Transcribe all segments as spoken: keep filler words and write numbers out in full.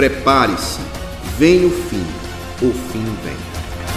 Prepare-se, vem o fim, o fim vem.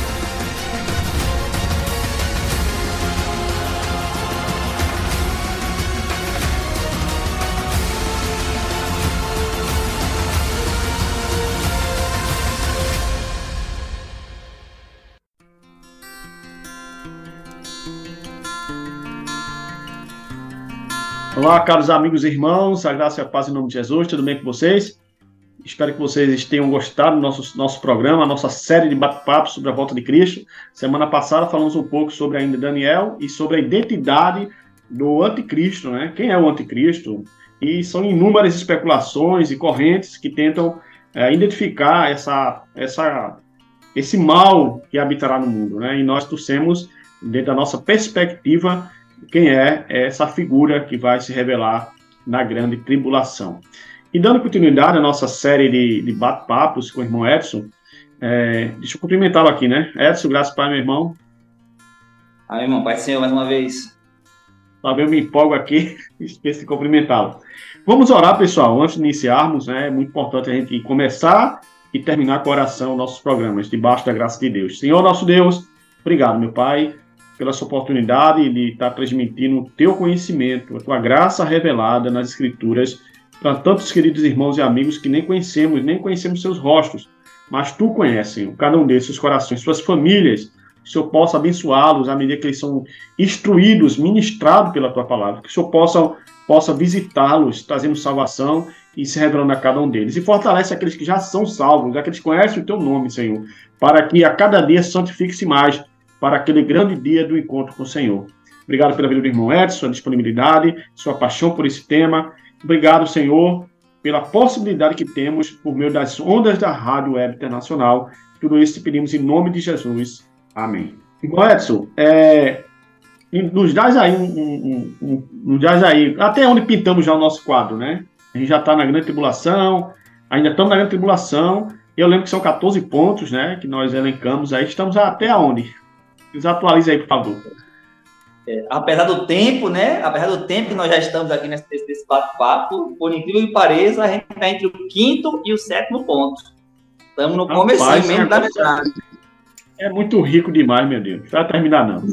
Olá, caros amigos e irmãos, a graça e a paz em nome de Jesus, tudo bem com vocês? Espero que vocês tenham gostado do nosso, nosso programa, nossa série de bate-papos sobre a volta de Cristo. Semana passada falamos um pouco sobre ainda Daniel e sobre a identidade do anticristo, né? Quem é o anticristo? E são inúmeras especulações e correntes que tentam é, identificar essa, essa, esse mal que habitará no mundo, né? E nós torcemos, dentro da nossa perspectiva, quem é essa figura que vai se revelar na grande tribulação. E dando continuidade à nossa série de, de bate-papos com o irmão Edson, é, deixa eu cumprimentá-lo aqui, né? Edson, graças a Pai, meu irmão. Amém, irmão. Pai do Senhor, mais uma vez. Talvez eu me empolgo aqui, esqueço de cumprimentá-lo. Vamos orar, pessoal, antes de iniciarmos, né? É muito importante a gente começar e terminar com a oração nossos programas, debaixo da graça de Deus. Senhor, nosso Deus, obrigado, meu Pai, pela sua oportunidade de estar transmitindo o teu conhecimento, a tua graça revelada nas Escrituras, para tantos queridos irmãos e amigos que nem conhecemos, nem conhecemos seus rostos, mas tu conheces, Senhor, cada um desses, seus corações, suas famílias, que o Senhor possa abençoá-los à medida que eles são instruídos, ministrados pela tua palavra, que o Senhor possa, possa visitá-los, trazendo salvação e se revelando a cada um deles. E fortalece aqueles que já são salvos, aqueles que conhecem o teu nome, Senhor, para que a cada dia santifique-se mais, para aquele grande dia do encontro com o Senhor. Obrigado pela vida do irmão Edson, sua disponibilidade, sua paixão por esse tema. Obrigado, Senhor, pela possibilidade que temos por meio das ondas da Rádio Web Internacional. Tudo isso te pedimos em nome de Jesus. Amém. Irmão Edson, é, nos dá aí, um, um, um, nos dá aí, até onde pintamos já o nosso quadro, né? A gente já está na grande tribulação, ainda estamos na grande tribulação. Eu lembro que são catorze pontos, né, que nós elencamos aí. Estamos até onde? Nos atualiza aí, por favor. É, apesar do tempo, né? Apesar do tempo que nós já estamos aqui nesse, nesse bate-papo, por incrível que pareça, a gente está entre o quinto e o sétimo ponto. Estamos no comecinho mesmo da metade. É muito rico demais, meu Deus. Não vai terminar, não.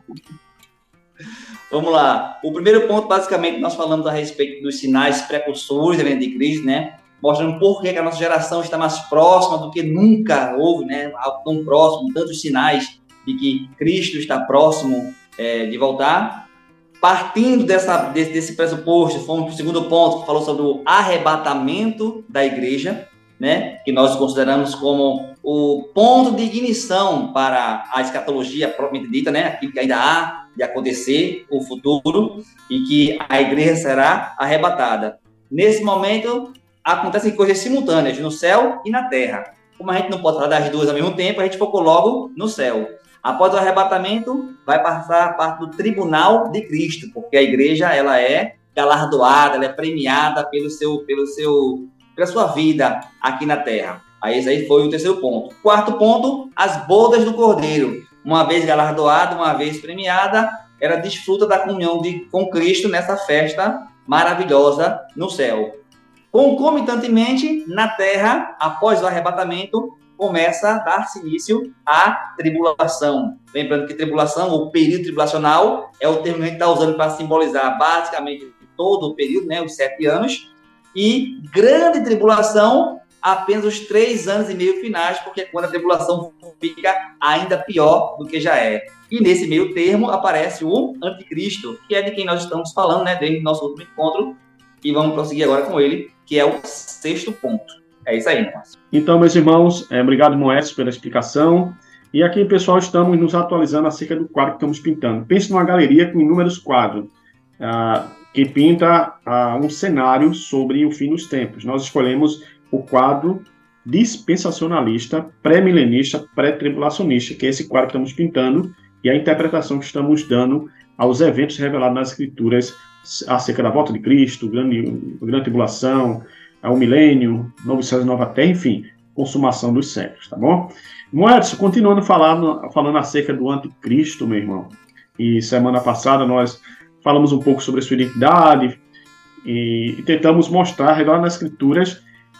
Vamos lá. O primeiro ponto, basicamente, nós falamos a respeito dos sinais precursores da vinda de Cristo, né? Mostrando por que a nossa geração está mais próxima do que nunca houve, né? Algo tão próximo, tantos sinais de que Cristo está próximo é, de voltar. Partindo dessa, desse, desse pressuposto, fomos para o segundo ponto, que falou sobre o arrebatamento da igreja, né, que nós consideramos como o ponto de ignição para a escatologia propriamente dita, né, aquilo que ainda há de acontecer, o futuro, e que a igreja será arrebatada. Nesse momento, acontecem coisas simultâneas, no céu e na terra. Como a gente não pode falar das duas ao mesmo tempo, a gente focou logo no céu. Após o arrebatamento, vai passar a parte do tribunal de Cristo, porque a igreja ela é galardoada, ela é premiada pelo seu, pelo seu, pela sua vida aqui na terra. Aí esse aí foi o terceiro ponto. Quarto ponto, as bodas do Cordeiro. Uma vez galardoada, uma vez premiada, ela desfruta da comunhão de, com Cristo nessa festa maravilhosa no céu. Concomitantemente, na terra, após o arrebatamento, começa a dar-se início à tribulação. Lembrando que tribulação, ou período tribulacional, é o termo que a gente está usando para simbolizar basicamente todo o período, né, os sete anos, e grande tribulação, apenas os três anos e meio finais, porque é quando a tribulação fica ainda pior do que já é. E nesse meio termo aparece o anticristo, que é de quem nós estamos falando, né, desde o nosso último encontro, e vamos prosseguir agora com ele, que é o sexto ponto. É isso aí, Márcio. Então, meus irmãos, é, obrigado, Moés, pela explicação. E aqui, pessoal, estamos nos atualizando acerca do quadro que estamos pintando. Pense numa galeria com inúmeros quadros, ah, que pinta ah, um cenário sobre o fim dos tempos. Nós escolhemos o quadro dispensacionalista, pré-milenista, pré-tribulacionista, que é esse quadro que estamos pintando, e a interpretação que estamos dando aos eventos revelados nas Escrituras acerca da volta de Cristo, grande, grande tribulação, ao milênio, novo céu e nova terra, enfim, consumação dos séculos, tá bom? Edson, continuando falando, falando acerca do anticristo, meu irmão, e semana passada nós falamos um pouco sobre a sua identidade e, e tentamos mostrar, revelar nas Escrituras,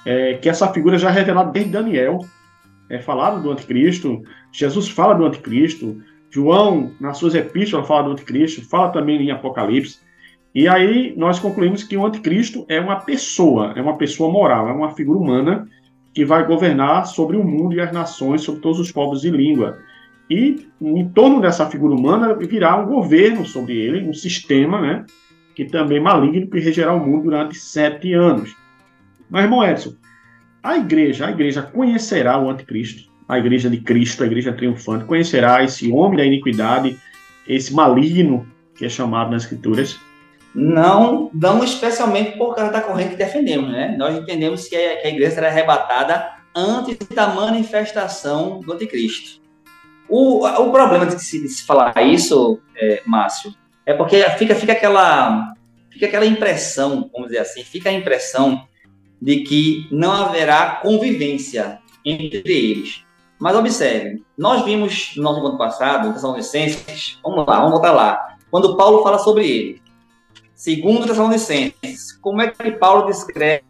é, que essa figura já é revelada desde Daniel, é falado do anticristo, Jesus fala do anticristo, João, nas suas epístolas, fala do anticristo, fala também em Apocalipse, e aí nós concluímos que o anticristo é uma pessoa, é uma pessoa moral, é uma figura humana que vai governar sobre o mundo e as nações, sobre todos os povos e língua. E em torno dessa figura humana virá um governo sobre ele, um sistema, né, que também maligno, que regerá o mundo durante sete anos. Mas, irmão Edson, a igreja, a igreja conhecerá o anticristo, a igreja de Cristo, a igreja triunfante, conhecerá esse homem da iniquidade, esse maligno que é chamado nas Escrituras? Não, não especialmente por causa da corrente que defendemos, né? Nós entendemos que a, que a igreja será arrebatada antes da manifestação do anticristo. O, o problema de se, de se falar isso, é, Márcio, é porque fica, fica, aquela, fica aquela impressão, vamos dizer assim, fica a impressão de que não haverá convivência entre eles. Mas observe, nós vimos no nosso encontro passado, em Tessalonicenses, vamos lá, vamos voltar lá, quando Paulo fala sobre ele. Segundo Tessalonicenses, como é que Paulo descreve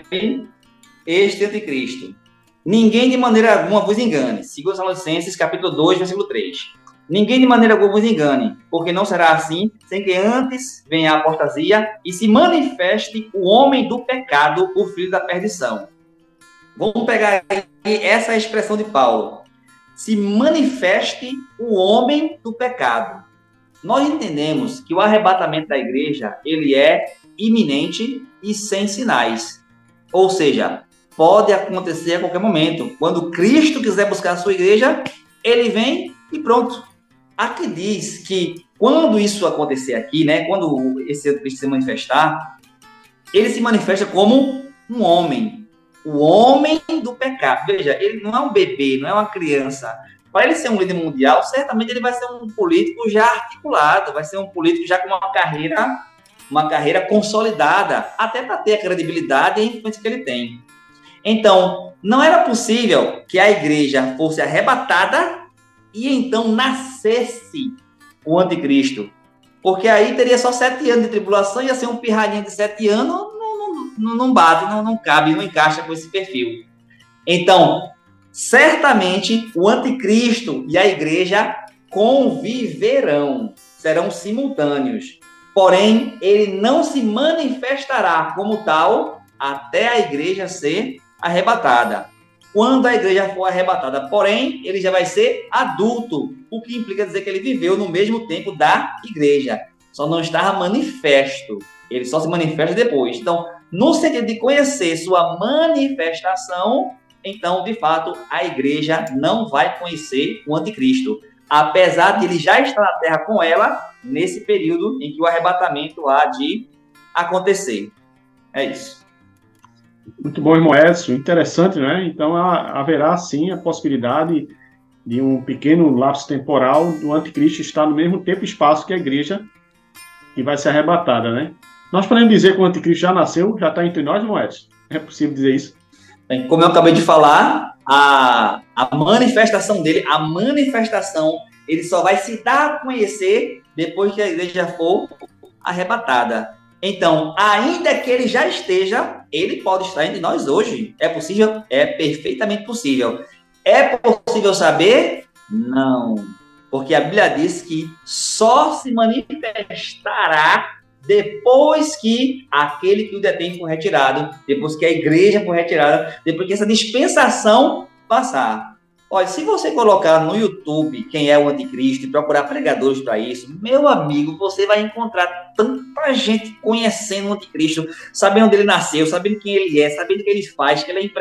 este anticristo? Ninguém de maneira alguma vos engane. Segundo Tessalonicenses, capítulo dois, versículo três. Ninguém de maneira alguma vos engane, porque não será assim, sem que antes venha a apostasia e se manifeste o homem do pecado, o filho da perdição. Vamos pegar aí essa expressão de Paulo. Se manifeste o homem do pecado. Nós entendemos que o arrebatamento da igreja, ele é iminente e sem sinais. Ou seja, pode acontecer a qualquer momento. Quando Cristo quiser buscar a sua igreja, ele vem e pronto. Aqui diz que quando isso acontecer aqui, né, quando esse Cristo se manifestar, ele se manifesta como um homem. O homem do pecado. Veja, ele não é um bebê, não é uma criança. Para ele ser um líder mundial, certamente ele vai ser um político já articulado, vai ser um político já com uma carreira, uma carreira consolidada, até para ter a credibilidade e a influência que ele tem. Então, não era possível que a igreja fosse arrebatada e então nascesse o anticristo. Porque aí teria só sete anos de tribulação, ia ser um pirralhinho de sete anos, não, não, não bate, não, não cabe, não encaixa com esse perfil. Então, certamente o anticristo e a igreja conviverão, serão simultâneos. Porém, ele não se manifestará como tal até a igreja ser arrebatada. Quando a igreja for arrebatada, porém, ele já vai ser adulto, o que implica dizer que ele viveu no mesmo tempo da igreja. Só não está manifesto. Ele só se manifesta depois. Então, no sentido de conhecer sua manifestação, então, de fato, a igreja não vai conhecer o anticristo, apesar de ele já estar na terra com ela nesse período em que o arrebatamento há de acontecer. É isso. Muito bom, irmão Edson. Interessante, né? Então, haverá, sim, a possibilidade de um pequeno lapso temporal do anticristo estar no mesmo tempo e espaço que a igreja que vai ser arrebatada, né? Nós podemos dizer que o anticristo já nasceu, já está entre nós, irmão Edson? É possível dizer isso? Bem, como eu acabei de falar, a, a manifestação dele, a manifestação, ele só vai se dar a conhecer depois que a igreja for arrebatada. Então, ainda que ele já esteja, ele pode estar entre nós hoje. É possível? É perfeitamente possível. É possível saber? Não. Porque a Bíblia diz que só se manifestará depois que aquele que o detém for retirado, depois que a igreja for retirada, depois que essa dispensação passar. Olha, se você colocar no YouTube quem é o anticristo e procurar pregadores para isso, meu amigo, você vai encontrar tanta gente conhecendo o anticristo, sabendo onde ele nasceu, sabendo quem ele é, sabendo o que ele faz, que ele é impre...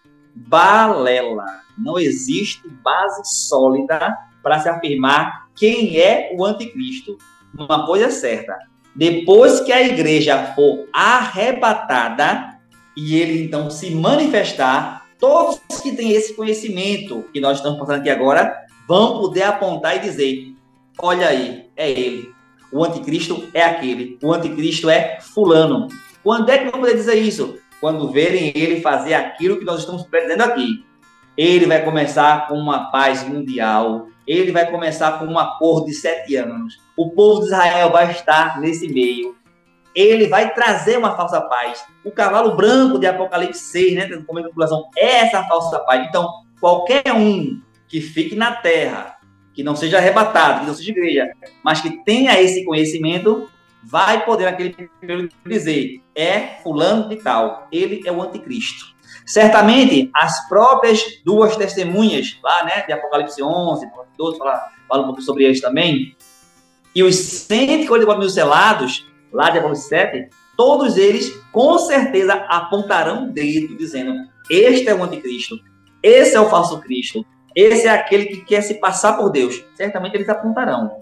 balela. Não existe base sólida para se afirmar quem é o anticristo. Uma coisa é certa, depois que a igreja for arrebatada e ele então se manifestar, todos que têm esse conhecimento que nós estamos passando aqui agora vão poder apontar e dizer: olha aí, é ele. O anticristo é aquele. O anticristo é fulano. Quando é que vão poder dizer isso? Quando verem ele fazer aquilo que nós estamos pretendendo aqui. Ele vai começar com uma paz mundial. Ele vai começar com um acordo de sete anos. O povo de Israel vai estar nesse meio. ele vai trazer uma falsa paz. O cavalo branco de Apocalipse seis, né, como é população, é essa falsa paz. Então, qualquer um que fique na terra, que não seja arrebatado, que não seja igreja, mas que tenha esse conhecimento, vai poder naquele período dizer, é fulano de tal, ele é o anticristo. Certamente, as próprias duas testemunhas, lá, né, de Apocalipse onze, doze, fala, fala um pouco sobre eles também, e os cento e quarenta e quatro mil selados, lá de Apocalipse sete, todos eles, com certeza, apontarão o dedo, dizendo, este é o anticristo, esse é o falso Cristo, esse é aquele que quer se passar por Deus. Certamente eles apontarão.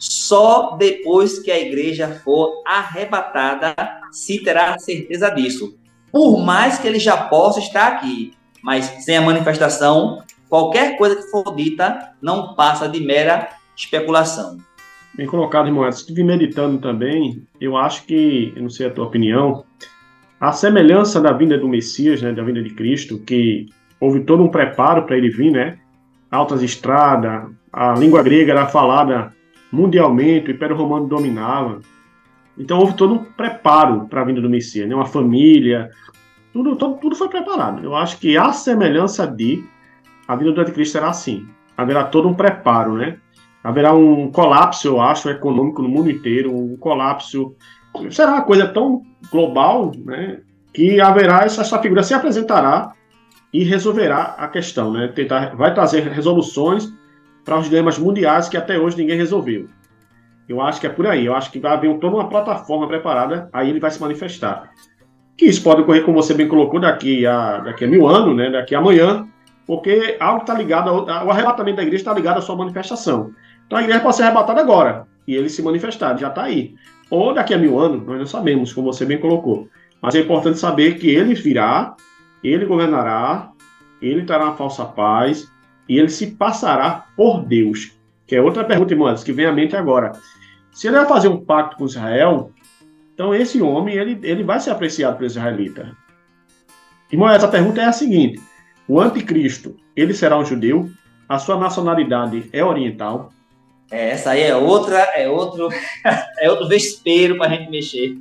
Só depois que a igreja for arrebatada, se terá certeza disso. Por mais que ele já possa estar aqui, mas sem a manifestação, qualquer coisa que for dita não passa de mera especulação. Bem colocado, irmão. Estive meditando também, eu acho que, eu não sei a tua opinião, a semelhança da vinda do Messias, né, da vinda de Cristo, que houve todo um preparo para ele vir, né? Altas estradas, a língua grega era falada mundialmente, o Império Romano dominava. Então houve todo um preparo para a vinda do Messias, né? Uma família, tudo, tudo, tudo foi preparado. Eu acho que a semelhança de a vinda do Anticristo será assim. Haverá todo um preparo, né? Haverá um colapso, eu acho, econômico no mundo inteiro, um colapso. Será uma coisa tão global, né? Que haverá, essa, essa figura se apresentará e resolverá a questão, né? Tentar, vai trazer resoluções para os dilemas mundiais que até hoje ninguém resolveu. Eu acho que é por aí. Eu acho que vai haver toda uma plataforma preparada, aí ele vai se manifestar. Que isso pode ocorrer, como você bem colocou, daqui a, daqui a mil anos, né? Daqui a amanhã, porque algo está ligado, ao, o arrebatamento da igreja está ligado à sua manifestação. Então a igreja pode ser arrebatada agora, e ele se manifestar, já está aí. Ou daqui a mil anos, nós não sabemos, como você bem colocou. Mas é importante saber que ele virá, ele governará, ele terá uma falsa paz, e ele se passará por Deus. Que é outra pergunta, irmãos, que vem à mente agora. Se ele vai fazer um pacto com Israel, então esse homem, ele, ele vai ser apreciado pelo israelita. Irmão, essa pergunta é a seguinte. O anticristo, ele será um judeu? A sua nacionalidade é oriental? É, essa aí é outra, é outro, é outro vespeiro para a gente mexer.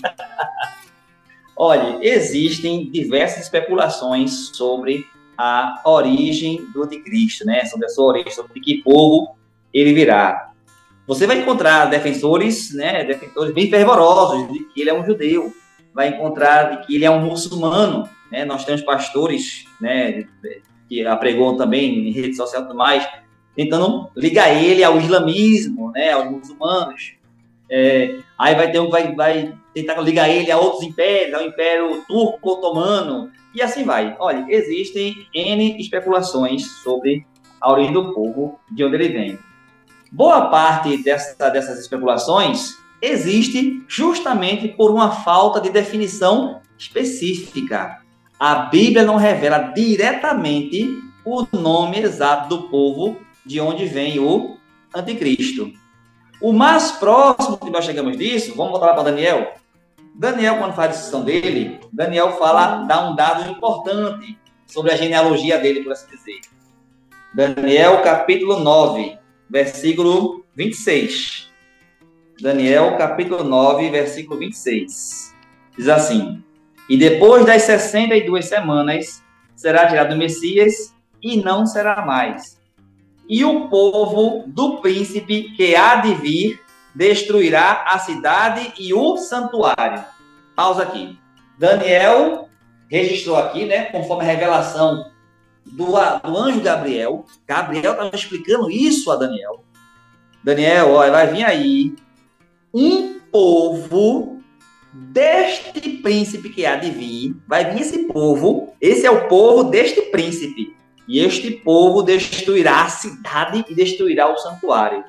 Olha, existem diversas especulações sobre a origem do anticristo, né? Sobre a sua origem, sobre de que povo ele virá. Você vai encontrar defensores, né? Defensores bem fervorosos de que ele é um judeu. Vai encontrar de que ele é um muçulmano, né? Nós temos pastores, né? Que apregam também em rede social e tudo mais, tentando ligar ele ao islamismo, né? Aos muçulmanos. É, aí vai, ter, vai, vai tentar ligar ele a outros impérios, ao Império Turco-Otomano, e assim vai. Olha, existem N especulações sobre a origem do povo, de onde ele vem. Boa parte dessa, dessas especulações existe justamente por uma falta de definição específica. A Bíblia não revela diretamente o nome exato do povo de onde vem o anticristo. O mais próximo que nós chegamos disso, vamos voltar lá para Daniel. Daniel, quando faz a descrição dele, Daniel fala, dá um dado importante sobre a genealogia dele, por assim dizer. Daniel, capítulo nove, versículo vinte e seis. Daniel, capítulo nove, versículo vinte e seis. Diz assim: e depois das sessenta e duas semanas, será tirado o Messias, e não será mais. E o povo do príncipe que há de vir destruirá a cidade e o santuário. Pausa aqui. Daniel registrou aqui, né, conforme a revelação do, do anjo Gabriel. Gabriel estava explicando isso a Daniel. Daniel, olha, vai vir aí um povo deste príncipe que há de vir. Vai vir esse povo, esse é o povo deste príncipe. E este povo destruirá a cidade e destruirá o santuário.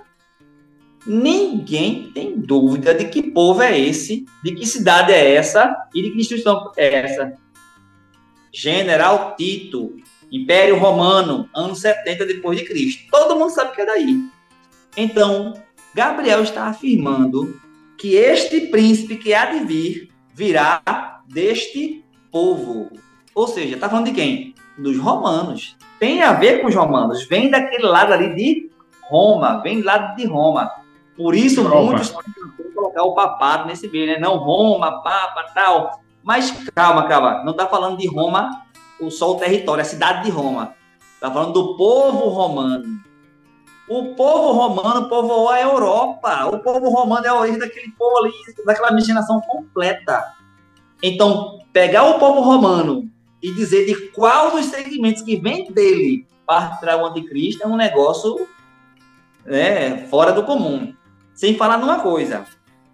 Ninguém tem dúvida de que povo é esse, de que cidade é essa e de que destruição é essa. General Tito, Império Romano, anos setenta depois de Cristo. Todo mundo sabe que é daí. Então, Gabriel está afirmando que este príncipe que há de vir virá deste povo. Ou seja, está falando de quem? Dos romanos. Tem a ver com os romanos. Vem daquele lado ali de Roma. Vem do lado de Roma. Por isso, Europa. muitos colocar o papado nesse meio, né? Não, Roma, Papa, tal. Mas calma, calma. Não está falando de Roma, só o território, a cidade de Roma. Está falando do povo romano. O povo romano povoou a Europa. O povo romano é a origem daquele povo ali, daquela miscigenação completa. Então, pegar o povo romano e dizer de qual dos segmentos que vem dele para o anticristo é um negócio, né, fora do comum. Sem falar numa coisa.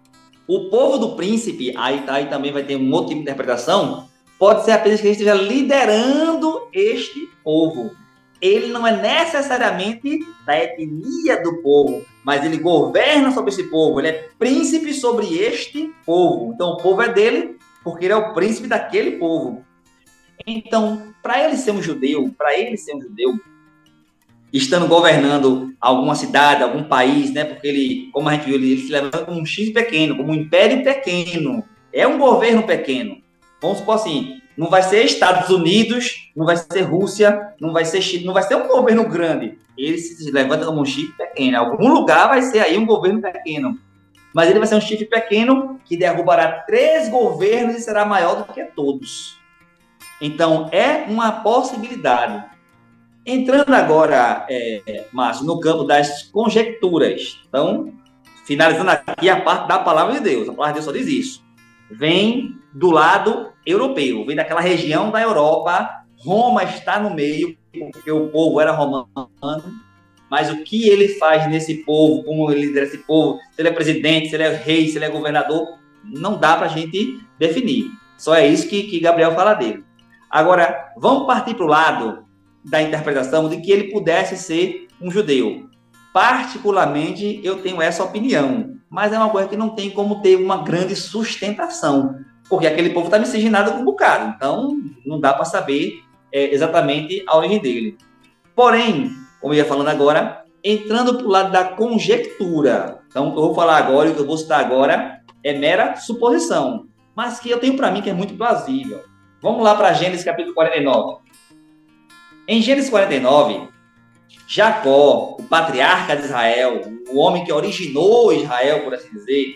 O povo do príncipe, aí, aí também vai ter um outro tipo de interpretação, pode ser apenas que ele esteja liderando este povo. Ele não é necessariamente da etnia do povo, mas ele governa sobre esse povo, ele é príncipe sobre este povo. Então, o povo é dele, porque ele é o príncipe daquele povo. Então, para ele ser um judeu, para ele ser um judeu, estando governando alguma cidade, algum país, né? Porque ele, como a gente viu, ele, ele se levanta como um X pequeno, como um império pequeno. É um governo pequeno. Vamos supor assim, não vai ser Estados Unidos, não vai ser Rússia, não vai ser Chile, não vai ser um governo grande. Ele se levanta como um chifre pequeno. Em algum lugar vai ser aí um governo pequeno. Mas ele vai ser um chifre pequeno que derrubará três governos e será maior do que todos. Então, é uma possibilidade. Entrando agora, é, Márcio, no campo das conjecturas. Então, finalizando aqui a parte da palavra de Deus. A palavra de Deus só diz isso. Vem do lado europeu, vem daquela região da Europa. Roma está no meio, porque o povo era romano. Mas o que ele faz nesse povo, como ele lidera esse povo, se ele é presidente, se ele é rei, se ele é governador, não dá para a gente definir. Só é isso que, que Gabriel fala dele. Agora, vamos partir para o lado da interpretação de que ele pudesse ser um judeu. Particularmente, eu tenho essa opinião, mas é uma coisa que não tem como ter uma grande sustentação, porque aquele povo está miscigenado com um bocado, então não dá para saber é, exatamente a origem dele. Porém, como eu ia falando agora, entrando para o lado da conjectura, então o que eu vou falar agora e o que eu vou citar agora é mera suposição, mas que eu tenho para mim que é muito plausível. Vamos lá para Gênesis capítulo quarenta e nove. Em Gênesis quarenta e nove, Jacó, o patriarca de Israel, o homem que originou Israel, por assim dizer,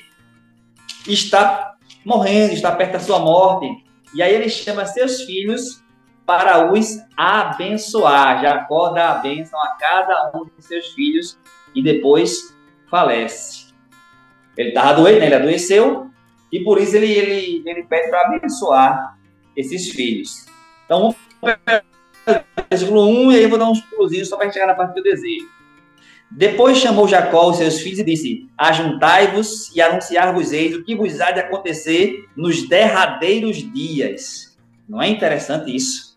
está morrendo, está perto da sua morte. E aí ele chama seus filhos para os abençoar. Jacó dá a bênção a cada um de seus filhos e depois falece. Ele estava doente, né? Ele adoeceu e por isso ele, ele, ele pede para abençoar esses filhos. Então, vamos ver versículo um, e aí eu vou dar uns pulozinhos só para chegar na parte que eu desejo. Depois chamou Jacó os seus filhos e disse: ajuntai-vos e anunciar-vos-eis o que vos há de acontecer nos derradeiros dias. Não é interessante isso?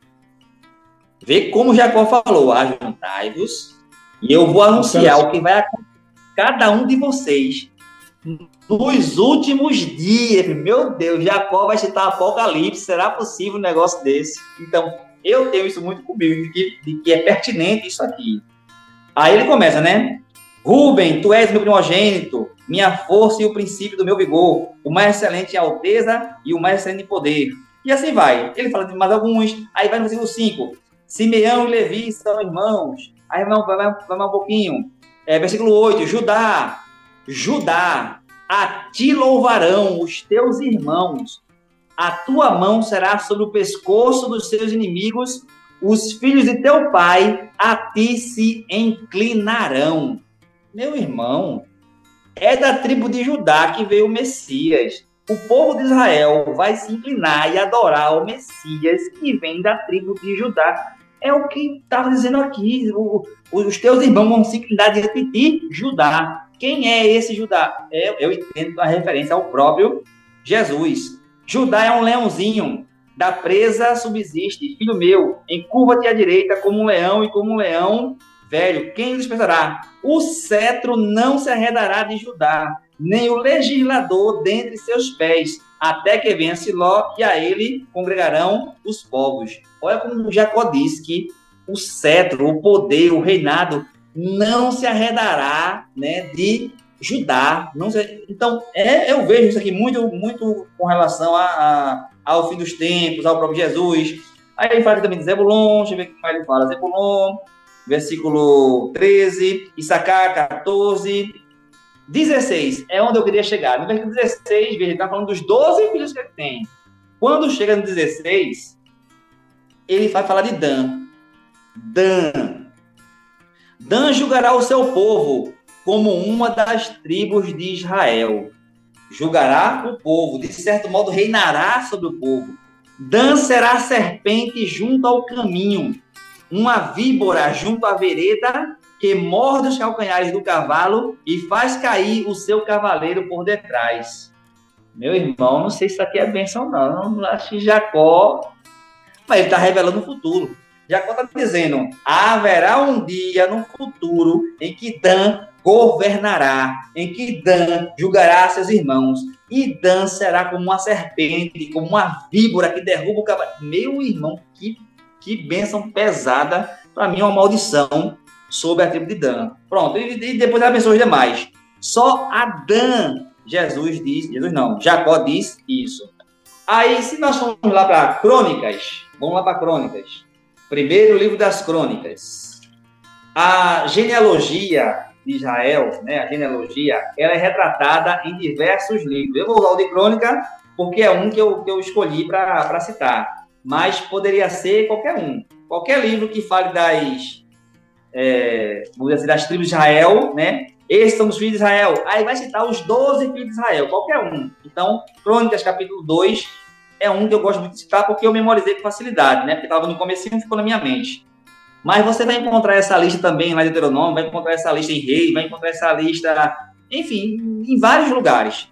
Vê como Jacó falou: ajuntai-vos e eu vou anunciar o que vai acontecer com cada um de vocês nos últimos dias. Meu Deus, Jacó vai citar Apocalipse. Será possível um negócio desse? Então, eu tenho isso muito comigo, de que, de que é pertinente isso aqui. Aí ele começa, né? Rúben, tu és meu primogênito, minha força e o princípio do meu vigor, o mais excelente em alteza e o mais excelente em poder. E assim vai. Ele fala de mais alguns. Aí vai no versículo cinco. Simeão e Levi são irmãos. Aí vai, vai, vai, vai mais um pouquinho. É, versículo oito. Judá, Judá, a ti louvarão os teus irmãos. A tua mão será sobre o pescoço dos seus inimigos, os filhos de teu pai a ti se inclinarão. Meu irmão, é da tribo de Judá que veio o Messias. O povo de Israel vai se inclinar e adorar o Messias que vem da tribo de Judá. É o que estava dizendo aqui. O, os teus irmãos vão se inclinar diante de ti, Judá. Quem é esse Judá? Eu, eu entendo a referência ao próprio Jesus. Judá é um leãozinho, da presa subsiste, filho meu, encurva-te à direita como um leão e como um leão velho. Quem lhes pensará? O cetro não se arredará de Judá, nem o legislador dentre seus pés, até que venha Siló e a ele congregarão os povos. Olha como Jacó diz que o cetro, o poder, o reinado não se arredará, né, de Judá. Não sei. Então, é, eu vejo isso aqui muito, muito com relação a, a, ao fim dos tempos, ao próprio Jesus. Aí ele fala também de Zebulon, deixa eu ver o que mais ele fala. Zebulon, versículo treze, Issacar, quatorze, dezesseis é onde eu queria chegar. No versículo dezesseis, veja, ele está falando dos doze filhos que ele tem. Quando chega no dezesseis, ele vai falar de Dan. Dan. Dan julgará o seu povo como uma das tribos de Israel. Julgará o povo, de certo modo reinará sobre o povo. Dan será serpente junto ao caminho, uma víbora junto à vereda, que morde os calcanhares do cavalo e faz cair o seu cavaleiro por detrás. Meu irmão, não sei se isso aqui é bênção não, não acho que Jacó, mas ele está revelando o futuro. Jacó está dizendo, haverá um dia no futuro em que Dan governará, em que Dan julgará seus irmãos, e Dan será como uma serpente, como uma víbora que derruba o cavalo. Meu irmão, que, que bênção pesada, para mim é uma maldição sobre a tribo de Dan. Pronto, e, e depois abençoa os demais. Só a Dan, Jesus diz, Jesus não, Jacó diz isso. Aí, se nós formos lá para Crônicas, vamos lá para Crônicas. Primeiro livro das Crônicas. A genealogia de Israel, né, a genealogia, ela é retratada em diversos livros. Eu vou usar o de Crônica porque é um que eu, que eu escolhi para citar, mas poderia ser qualquer um. Qualquer livro que fale das, é, vamos dizer assim, das tribos de Israel, né? Esses são os filhos de Israel. Aí vai citar os doze filhos de Israel, qualquer um. Então, Crônicas, capítulo dois, é um que eu gosto muito de citar porque eu memorizei com facilidade, né? Porque estava no comecinho e ficou na minha mente. Mas você vai encontrar essa lista também lá em Deuteronômio, vai encontrar essa lista em Reis, vai encontrar essa lista, enfim, em vários lugares.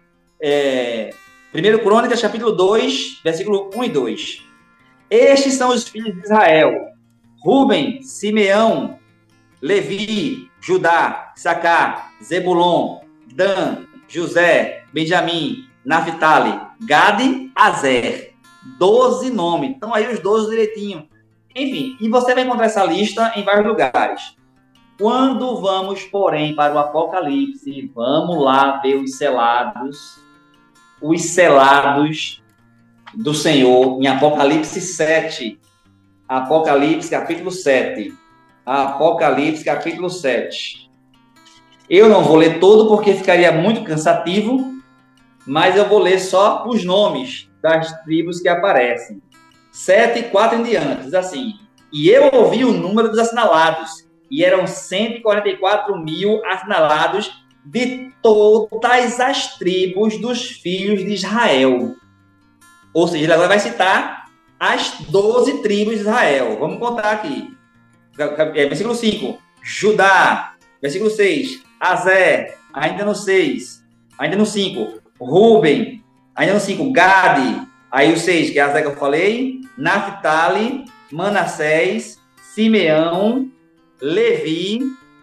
É, primeiro Crônicas, capítulo dois, versículo um e dois. Estes são os filhos de Israel: Rúben, Simeão, Levi, Judá, Issacar, Zebulon, Dan, José, Benjamim, Naphtali, Gade, Azer. Doze nomes. Então aí os doze direitinho. Enfim, e você vai encontrar essa lista em vários lugares. Quando vamos, porém, para o Apocalipse, vamos lá ver os selados, os selados do Senhor, em Apocalipse sete. Apocalipse, capítulo sete. Apocalipse, capítulo sete. Eu não vou ler todo porque ficaria muito cansativo, mas eu vou ler só os nomes das tribos que aparecem. sete, quatro em diante, diz assim: e eu ouvi o número dos assinalados, e eram cento e quarenta e quatro mil assinalados de todas as tribos dos filhos de Israel. Ou seja, ele agora vai citar as doze tribos de Israel. Vamos contar aqui. Versículo cinco, Judá. Versículo seis, Azer. Ainda no seis. Ainda no cinco, Rúben. Ainda no cinco, Gade. Aí o seis, que é Azer que eu falei. Naphtali, Manassés, Simeão, Levi,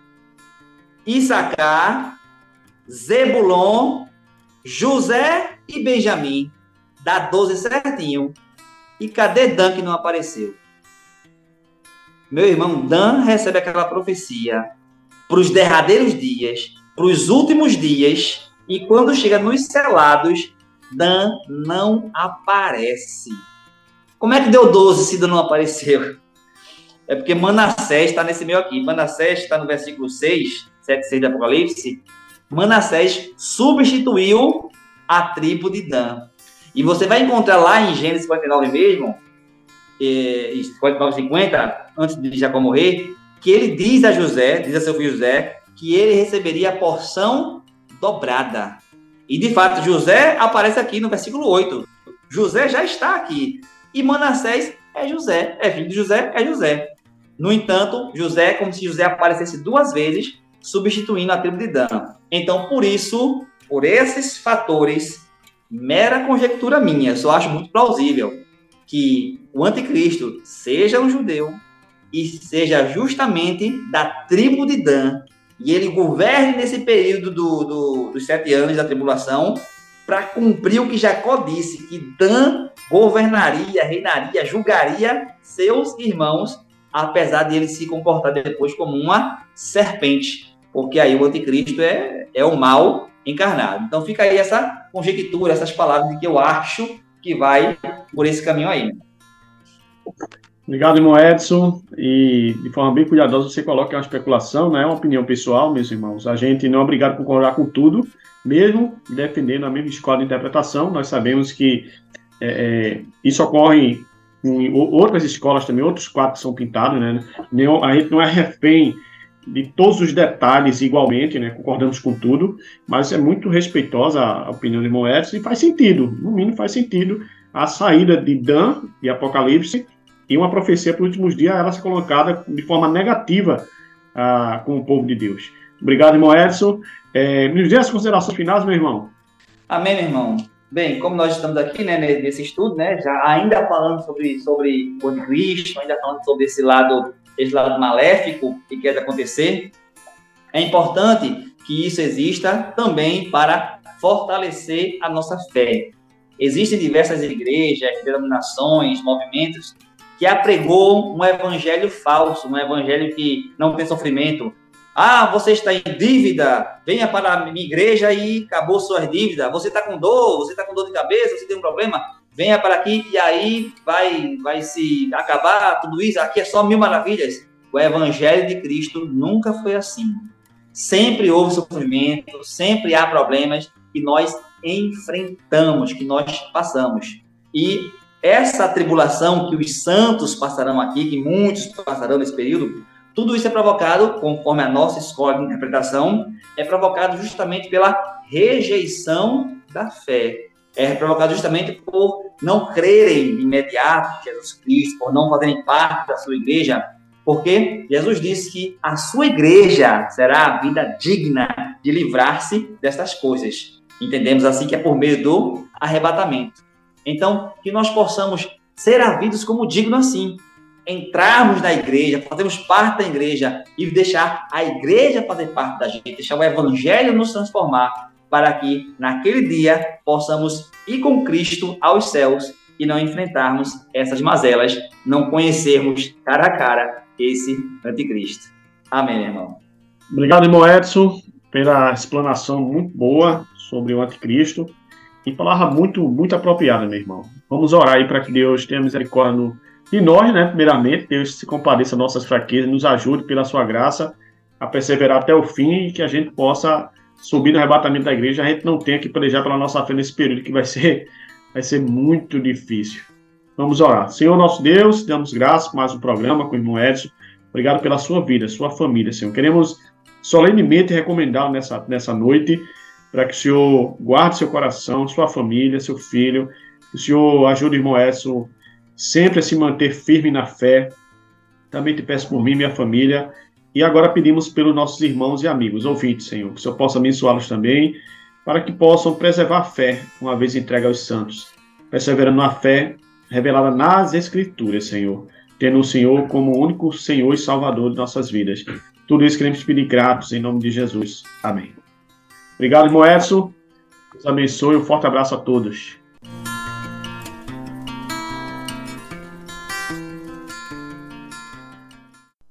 Issacar, Zebulon, José e Benjamim. Dá doze certinho. E cadê Dan que não apareceu? Meu irmão, Dan recebe aquela profecia para os derradeiros dias, para os últimos dias, e quando chega nos selados, Dan não aparece. Como é que deu doze se Dan não apareceu? É porque Manassés está nesse meio aqui. Manassés está no versículo seis, sete, seis do Apocalipse. Manassés substituiu a tribo de Dan. E você vai encontrar lá em Gênesis quarenta e nove mesmo, e quarenta e nove, cinquenta, antes de Jacó morrer, que ele diz a José, diz a seu filho José, que ele receberia a porção dobrada. E, de fato, José aparece aqui no versículo oito. José já está aqui. E Manassés é José. É filho de José, é José. No entanto, José é como se José aparecesse duas vezes, substituindo a tribo de Dan. Então, por isso, por esses fatores, mera conjectura minha, só acho muito plausível que o anticristo seja um judeu e seja justamente da tribo de Dan, e ele governe nesse período do, do, dos sete anos da tribulação, para cumprir o que Jacó disse, que Dan governaria, reinaria, julgaria seus irmãos, apesar de ele se comportar depois como uma serpente, porque aí o anticristo é, é o mal encarnado. Então fica aí essa conjectura, essas palavras de que eu acho que vai por esse caminho aí. Obrigado, irmão Edson. E de forma bem cuidadosa, você coloca que é uma especulação, não é uma opinião pessoal, meus irmãos. A gente não é obrigado a concordar com tudo, mesmo defendendo a mesma escola de interpretação. Nós sabemos que é, é, isso ocorre em outras escolas também, outros quadros são pintados, né? A gente não é refém de todos os detalhes igualmente, né? Concordamos com tudo, mas é muito respeitosa a opinião do irmão Edson e faz sentido, no mínimo faz sentido a saída de Dan e Apocalipse e uma profecia para os últimos dias, ela ser colocada de forma negativa ah, com o povo de Deus. Obrigado, irmão Edson. É, me dê as considerações finais, meu irmão. Amém, meu irmão. Bem, como nós estamos aqui, né, nesse estudo, né, já ainda falando sobre, sobre o anticristo, ainda falando sobre esse lado, esse lado maléfico que quer acontecer, é importante que isso exista também para fortalecer a nossa fé. Existem diversas igrejas, denominações, movimentos que apregoam um evangelho falso, um evangelho que não tem sofrimento. Ah, você está em dívida, venha para a minha igreja e acabou suas dívidas. Você está com dor, você está com dor de cabeça, você tem um problema, venha para aqui e aí vai, vai se acabar tudo isso. Aqui é só mil maravilhas. O evangelho de Cristo nunca foi assim. Sempre houve sofrimento, sempre há problemas que nós enfrentamos, que nós passamos. E essa tribulação que os santos passarão aqui, que muitos passarão nesse período, tudo isso é provocado, conforme a nossa escola de interpretação, é provocado justamente pela rejeição da fé. É provocado justamente por não crerem de imediato em Jesus Cristo, por não fazerem parte da sua igreja, porque Jesus disse que a sua igreja será a vida digna de livrar-se dessas coisas. Entendemos assim que é por meio do arrebatamento. Então, que nós possamos ser havidos como digno assim, entrarmos na igreja, fazermos parte da igreja e deixar a igreja fazer parte da gente, deixar o evangelho nos transformar, para que naquele dia possamos ir com Cristo aos céus e não enfrentarmos essas mazelas, não conhecermos cara a cara esse anticristo. Amém, irmão. Obrigado, irmão Edson, pela explanação muito boa sobre o anticristo e palavra muito, muito apropriada, meu irmão. Vamos orar aí para que Deus tenha misericórdia no E nós, né, primeiramente, Deus se compadeça das nossas fraquezas, nos ajude pela sua graça a perseverar até o fim e que a gente possa subir no arrebatamento da igreja, a gente não tenha que planejar pela nossa fé nesse período que vai ser, vai ser muito difícil. Vamos orar. Senhor nosso Deus, damos graças por mais um programa com o irmão Edson. Obrigado pela sua vida, sua família, Senhor. Queremos solenemente recomendá-lo nessa, nessa noite para que o Senhor guarde seu coração, sua família, seu filho. Que o Senhor ajude o irmão Edson sempre a se manter firme na fé. Também te peço por mim e minha família. E agora pedimos pelos nossos irmãos e amigos, ouvintes, Senhor, que o Senhor possa abençoá-los também, para que possam preservar a fé, uma vez entregue aos santos, perseverando na fé revelada nas Escrituras, Senhor, tendo o Senhor como o único Senhor e Salvador de nossas vidas. Tudo isso queremos pedir gratos, em nome de Jesus. Amém. Obrigado, irmão Edson. Deus abençoe. Um forte abraço a todos.